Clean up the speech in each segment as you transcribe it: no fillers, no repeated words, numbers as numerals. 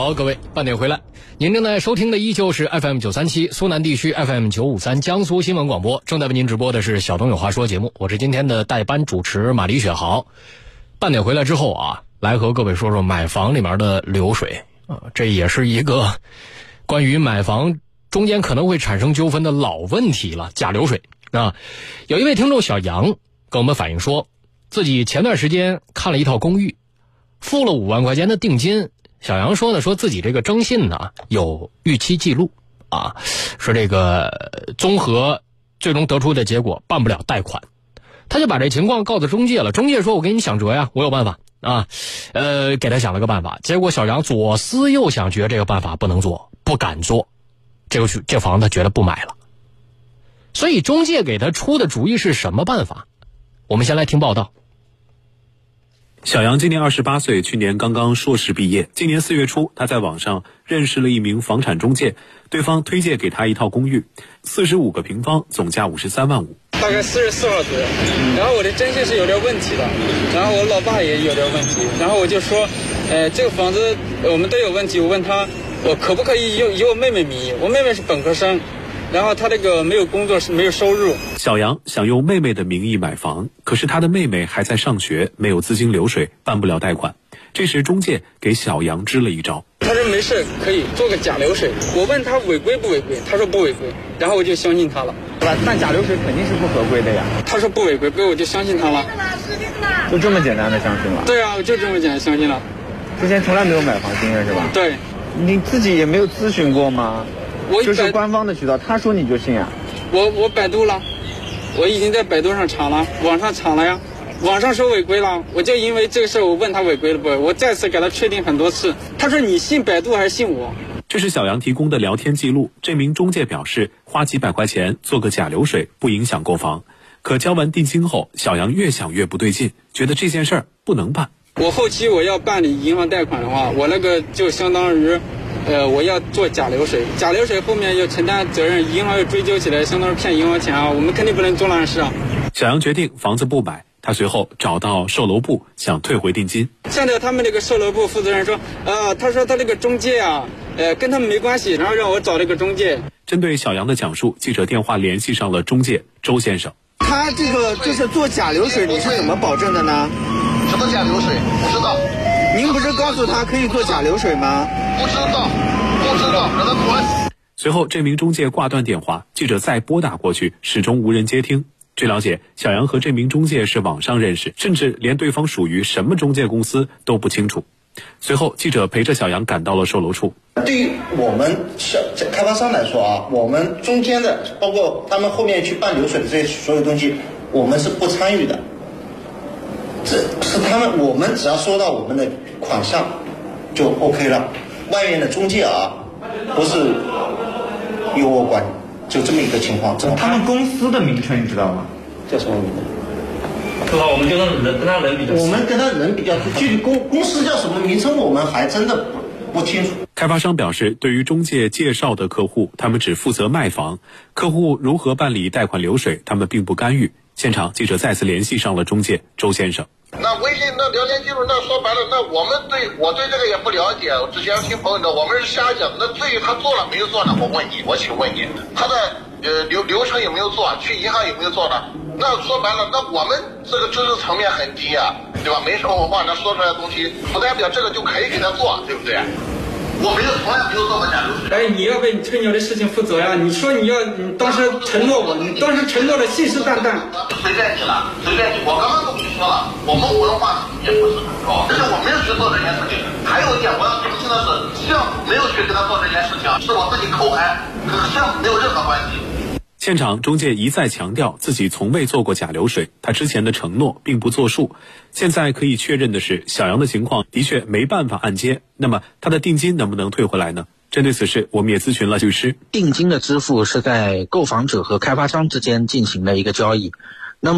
好，各位，半点回来，您正在收听的依旧是 FM937 苏南地区 FM953 江苏新闻广播，正在为您直播的是小东有话说节目，我是今天的代班主持马丽雪豪。半点回来之后啊，来和各位说说买房里面的流水这也是一个关于买房中间可能会产生纠纷的老问题了，假流水啊。有一位听众小杨跟我们反映说，自己前段时间看了一套公寓，付了5万块钱的定金。小杨说呢，说自己这个征信呢有逾期记录啊，说这个综合最终得出的结果办不了贷款，他就把这情况告诉中介了。中介说我给你想辙呀，我有办法啊，给他想了个办法。结果小杨左思右想，觉得这个办法不能做，不敢做，这房子觉得不买了。所以中介给他出的主意是什么办法？我们先来听报道。 小杨今年28岁，去年刚刚硕士毕业。今年4月初，他在网上认识了一名房产中介，对方推荐给他一套公寓，45个平方，总价53万5， 大概44号左右。然后我的征信是有点问题的，然后我老爸也有点问题，然后我就说，这个房子我们都有问题。我问他，我可不可以以我妹妹名义？我妹妹是本科生。然后他这个没有工作，是没有收入。 小杨想用妹妹的名义买房，可是他的妹妹还在上学，没有资金流水，办不了贷款。这时中介给小杨支了一招， 他说没事，可以做个假流水。我问他违规不违规，他说不违规，然后我就相信他了。 但假流水肯定是不合规的呀。 他说不违规，我就相信他了。 就这么简单的相信了？ 对啊，我就这么简单相信了。 之前从来没有买房经验是吧？ 对。 你自己也没有咨询过吗？就是官方的渠道，他说你就信啊？ 我百度了，我已经在百度上查了，网上查了呀，网上说违规了，我就因为这个事我问他违规了不？我再次给他确定很多次，他说你信百度还是信我？ 这是小杨提供的聊天记录，这名中介表示花几百块钱做个假流水不影响购房，可交完定金后，小杨越想越不对劲，觉得这件事儿不能办。 我后期我要办理银行贷款的话，我那个就相当于我要做假流水，假流水后面要承担责任，银行要追究起来，相当于骗银行钱啊，我们肯定不能做那事啊。 小杨决定房子不买，他随后找到售楼部想退回定金。 现在他们那个售楼部负责人说，他说他那个中介啊，跟他们没关系，然后让我找那个中介。 针对小杨的讲述，记者电话联系上了中介周先生。 他这个就是做假流水，你是怎么保证的呢？ 什么假流水？不知道。 您不是告诉他可以做假流水吗？ 不知道，让他滚。 随后这名中介挂断电话，记者再拨打过去，始终无人接听。据了解，小杨和这名中介是网上认识，甚至连对方属于什么中介公司都不清楚。随后记者陪着小杨赶到了售楼处。 对于我们开发商来说啊，我们中间的包括他们后面去办流水的这些所有东西，我们是不参与的。这是他们，我们只要收到我们的款项就 OK 了。外面的中介啊，不是由我管，就这么一个情况。 他们公司的名称你知道吗？ 叫什么名字？ 对吧？我们跟他人比较， 我们跟他人比较，具体公司叫什么名称，我们还真的不清楚。 开发商表示，对于中介介绍的客户，他们只负责卖房，客户如何办理贷款流水，他们并不干预。现场记者再次联系上了中介周先生。 那微信那聊天记录，那说白了，那我对这个也不了解。我之前听朋友的，我们是瞎讲。那至于他做了没有做呢？我请问你，他的流程有没有做？去银行有没有做呢？那说白了，那我们这个知识层面很低啊，对吧？没什么文化，那说出来的东西不代表这个就可以给他做，对不对？我从来没有做过假流水。 你要为你吹牛的事情负责呀！你说你当时承诺我，你当时承诺的信誓旦旦。 随便你了，随便你。我刚刚都跟你说了，我们文化也不是很高，但是我没有去做这件事情。还有一点我要澄清的是，项目没有去跟他做这件事情，是我自己口嗨，跟项目没有任何关系。 现场中介一再强调自己从未做过假流水，他之前的承诺并不作数。现在可以确认的是，小杨的情况的确没办法按揭，那么他的定金能不能退回来呢？针对此事，我们也咨询了律师。 定金的支付是在购房者和开发商之间进行的一个交易，那么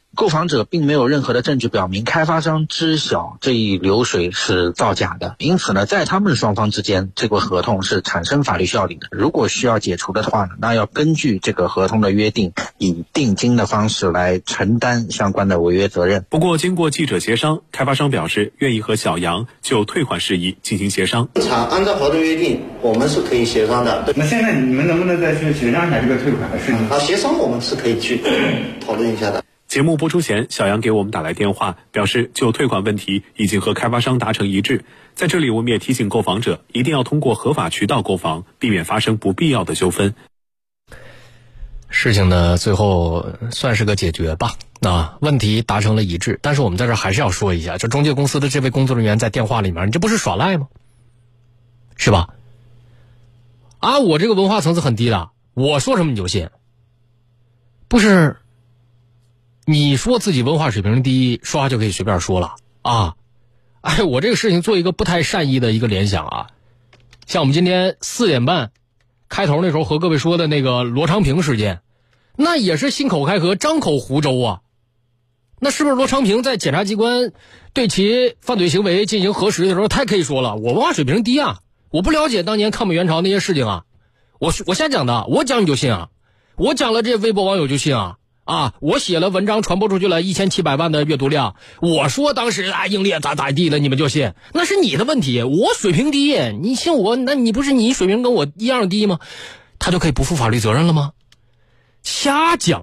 购房者并没有任何的证据表明开发商知晓这一流水是造假的，因此呢，在他们双方之间，这个合同是产生法律效力的。如果需要解除的话呢，那要根据这个合同的约定，以定金的方式来承担相关的违约责任。 不过，经过记者协商，开发商表示愿意和小杨就退款事宜进行协商。 按照合同约定，我们是可以协商的。 那现在你们能不能再去协商一下这个退款的事情？ 协商我们是可以去讨论一下的。 节目播出前，小杨给我们打来电话，表示就退款问题已经和开发商达成一致。在这里，我们也提醒购房者一定要通过合法渠道购房，避免发生不必要的纠纷。 事情呢，最后算是个解决吧。问题达成了一致，但是我们在这还是要说一下，就中介公司的这位工作人员在电话里面，你这不是耍赖吗？是吧？我这个文化层次很低的，我说什么你就信？不是。你说自己文化水平低，说话就可以随便说了啊！我这个事情做一个不太善意的一个联想啊，像我们今天4点半开头那时候和各位说的那个罗昌平事件，那也是信口开河，张口胡诌啊！那是不是罗昌平在检察机关对其犯罪行为进行核实的时候，他也可以说了，我文化水平低啊，我不了解当年抗美援朝那些事情啊，我瞎讲的，我讲你就信啊，我讲了这微博网友就信啊！我写了文章传播出去了1700万的阅读量，我说当时英烈咋地了，你们就信，那是你的问题，我水平低，你信我，那你不是你水平跟我一样低吗？他就可以不负法律责任了吗？瞎讲。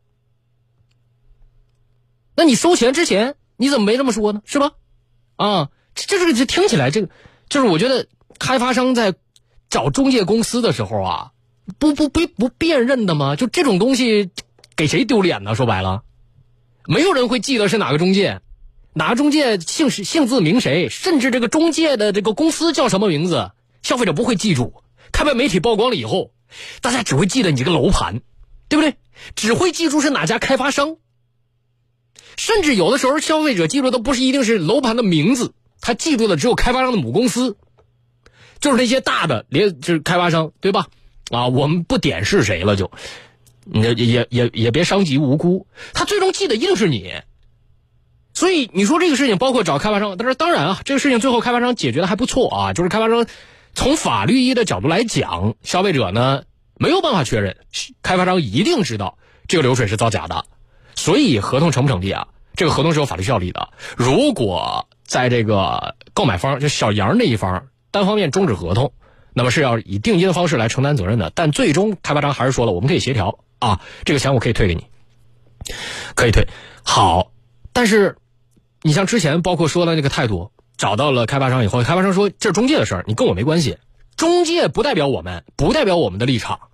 那你收钱之前你怎么没这么说呢？是吧？这听起来这个就是我觉得开发商在找中介公司的时候不辨认的吗？就这种东西给谁丢脸呢？说白了，没有人会记得是哪个中介，哪个中介姓字名谁，甚至这个中介的这个公司叫什么名字，消费者不会记住。看被媒体曝光了以后，大家只会记得你这个楼盘，对不对？只会记住是哪家开发商，甚至有的时候消费者记住的不是一定是楼盘的名字，他记住的只有开发商的母公司，就是那些大的就是开发商，对吧？我们不点是谁了就。也别伤及无辜，他最终记得一定是你。所以你说这个事情包括找开发商，但是当然这个事情最后开发商解决的还不错就是开发商从法律意义的角度来讲，消费者呢没有办法确认，开发商一定知道这个流水是造假的，所以合同成不成立这个合同是有法律效力的。如果在这个购买方就小杨那一方单方面终止合同，那么是要以定金的方式来承担责任的，但最终开发商还是说了，我们可以协调这个钱我可以退给你，可以退。好，但是你像之前包括说的那个态度，找到了开发商以后，开发商说这是中介的事儿，你跟我没关系，中介不代表我们，不代表我们的立场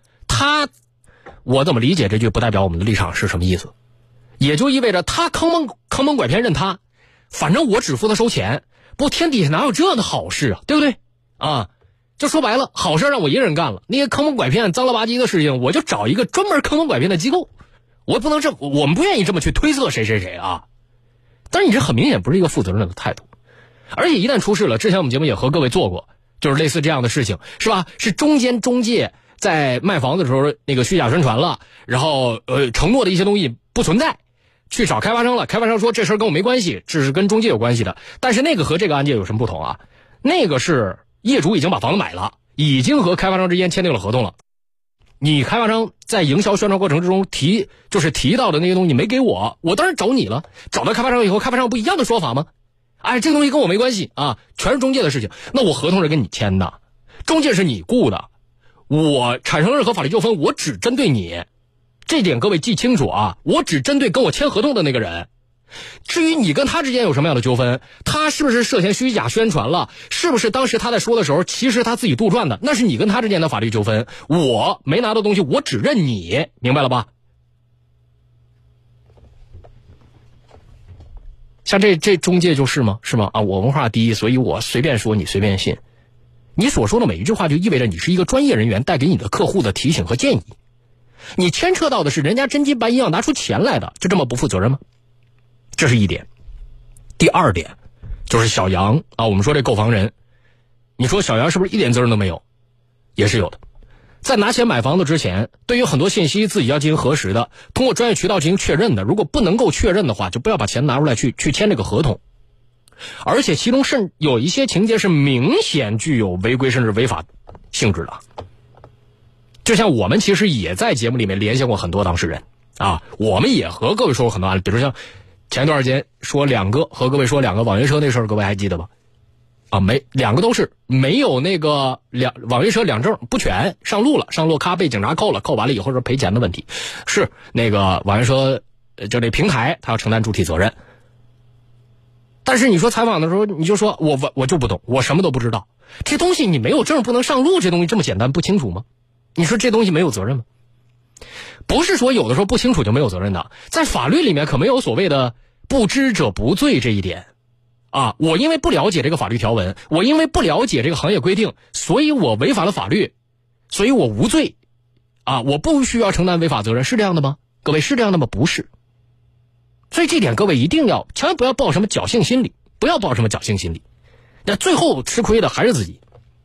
我怎么理解这句不代表我们的立场是什么意思？也就意味着他坑蒙拐骗任他，反正我只负责收钱，不天底下哪有这样的好事对不对就说白了，好事让我一个人干了，那些坑蒙拐骗脏了吧唧的事情，我就找一个专门坑蒙拐骗的机构，我不能我们不愿意这么去推测谁但是你这很明显不是一个负责任的态度。而且一旦出事了，之前我们节目也和各位做过，就是类似这样的事情，是吧？是中介在卖房子的时候那个虚假宣传了，然后承诺的一些东西不存在，去找开发商了，开发商说这事儿跟我没关系，这是跟中介有关系的。但是那个和这个案件有什么不同那个是业主已经把房子买了，已经和开发商之间签订了合同了，你开发商在营销宣传过程之中提到的那些东西没给我当然找你了，找到开发商以后，开发商不一样的说法吗？这个东西跟我没关系全是中介的事情，那我合同是跟你签的，中介是你雇的，我产生任何法律纠纷我只针对你，这点各位记清楚我只针对跟我签合同的那个人。至于你跟他之间有什么样的纠纷，他是不是涉嫌虚假宣传了，是不是当时他在说的时候其实他自己杜撰的，那是你跟他之间的法律纠纷，我没拿到东西我只认你，明白了吧？像这中介就是吗？是吗？我文化低，所以我随便说你随便信。你所说的每一句话就意味着你是一个专业人员带给你的客户的提醒和建议，你牵扯到的是人家真金白银要拿出钱来的，就这么不负责任吗？这是一点。第二点就是小杨我们说这购房人，你说小杨是不是一点责任都没有？也是有的。 在拿钱买房子之前，对于很多信息自己要进行核实的，通过专业渠道进行确认的，如果不能够确认的话，就不要把钱拿出来去签这个合同。而且其中甚有一些情节是明显具有违规甚至违法性质的。就像我们其实也在节目里面连线过很多当事人啊，我们也和各位说过很多案例，比如像前一段时间和各位说两个网约车那事儿，各位还记得吧？啊，两个都是没有那个网约车两证不全，上路咔被警察扣完了以后是赔钱的问题，是那个网约车就这平台他要承担主体责任。但是你说采访的时候你就说我就不懂，我什么都不知道，这东西你没有证不能上路，这东西这么简单不清楚吗？你说这东西没有责任吗？不是说有的时候不清楚就没有责任的，在法律里面可没有所谓的不知者不罪这一点啊。我因为不了解这个法律条文，我因为不了解这个行业规定，所以我违反了法律，所以我无罪啊，我不需要承担违法责任，是这样的吗？各位是这样的吗？不是。所以这点各位一定要千万不要抱什么侥幸心理，那最后吃亏的还是自己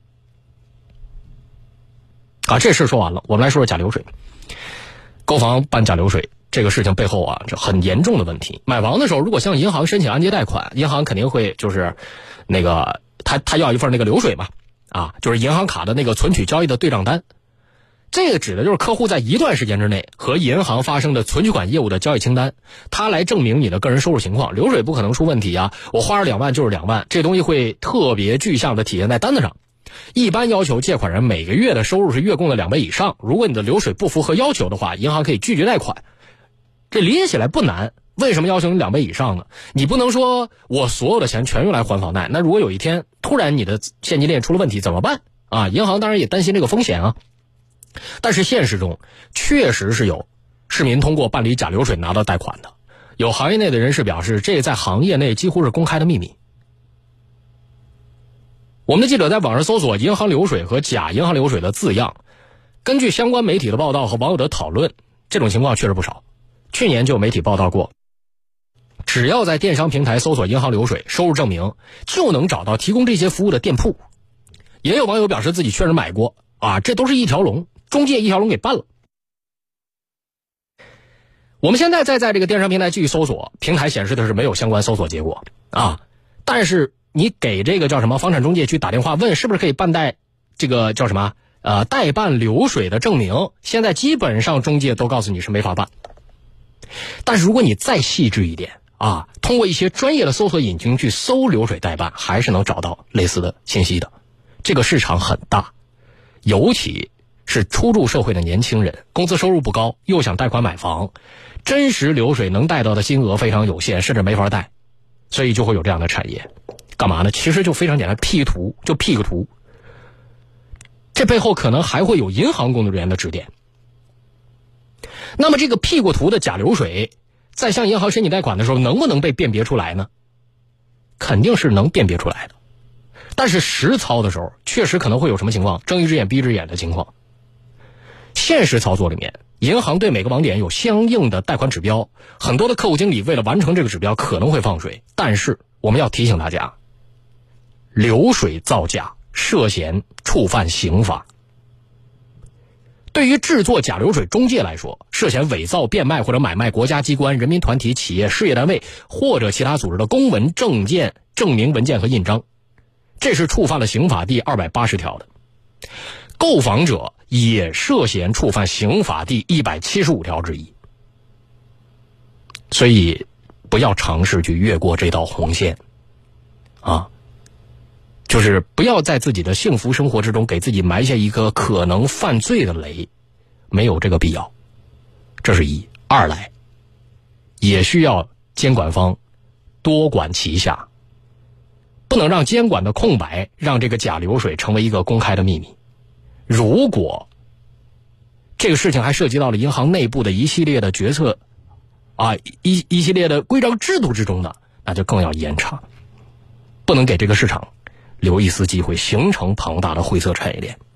啊。这事说完了，我们来说说假流水。购房办假流水这个事情背后啊，这很严重的问题。买房的时候如果向银行申请按揭贷款，银行肯定会就是那个他要一份那个流水嘛，啊，就是银行卡的那个存取交易的对账单。这个指的就是客户在一段时间之内和银行发生的存取款业务的交易清单，它来证明你的个人收入情况。流水不可能出问题啊，我花了2万就是2万，这东西会特别具象的体现在单子上。一般要求借款人每个月的收入是月供的2倍以上，如果你的流水不符合要求的话，银行可以拒绝贷款。这理解起来不难，为什么要求你2倍以上呢？你不能说我所有的钱全用来还房贷，那如果有一天突然你的现金链出了问题怎么办啊？银行当然也担心这个风险啊。但是现实中确实是有市民通过办理假流水拿到贷款的，有行业内的人士表示，这在行业内几乎是公开的秘密。我们的记者在网上搜索银行流水和假银行流水的字样，根据相关媒体的报道和网友的讨论，这种情况确实不少。去年就有媒体报道过，只要在电商平台搜索银行流水收入证明，就能找到提供这些服务的店铺。也有网友表示自己确实买过啊，这都是一条龙，中介一条龙给办了。我们现在在这个电商平台继续搜索，平台显示的是没有相关搜索结果啊。但是你给这个叫什么房产中介去打电话问是不是可以办贷这个叫什么代办流水的证明，现在基本上中介都告诉你是没法办。但是如果你再细致一点啊，通过一些专业的搜索引擎去搜流水代办，还是能找到类似的信息的。这个市场很大，尤其是初入社会的年轻人，工资收入不高，又想贷款买房，真实流水能贷到的金额非常有限，甚至没法贷，所以就会有这样的产业。干嘛呢？其实就非常简单，P 图就 P 个图，这背后可能还会有银行工作人员的指点。那么这个 P 过图的假流水在向银行申请贷款的时候能不能被辨别出来呢？肯定是能辨别出来的，但是实操的时候确实可能会有什么情况，睁一只眼闭一只眼的情况。现实操作里面，银行对每个网点有相应的贷款指标，很多的客户经理为了完成这个指标可能会放水，但是我们要提醒大家，流水造假涉嫌触犯刑法。对于制作假流水中介来说，涉嫌伪造、变卖或者买卖国家机关、人民团体、企业、事业单位或者其他组织的公文、证件、证明文件和印章，这是触犯了刑法第280条的。购房者也涉嫌触犯刑法第175条之一。所以不要尝试去越过这道红线啊，就是不要在自己的幸福生活之中给自己埋下一个可能犯罪的雷，没有这个必要。这是一。二来，也需要监管方多管齐下，不能让监管的空白让这个假流水成为一个公开的秘密。如果这个事情还涉及到了银行内部的一系列的决策啊，一系列的规章制度之中的，那就更要严查，不能给这个市场留一丝机会，形成庞大的灰色产业链。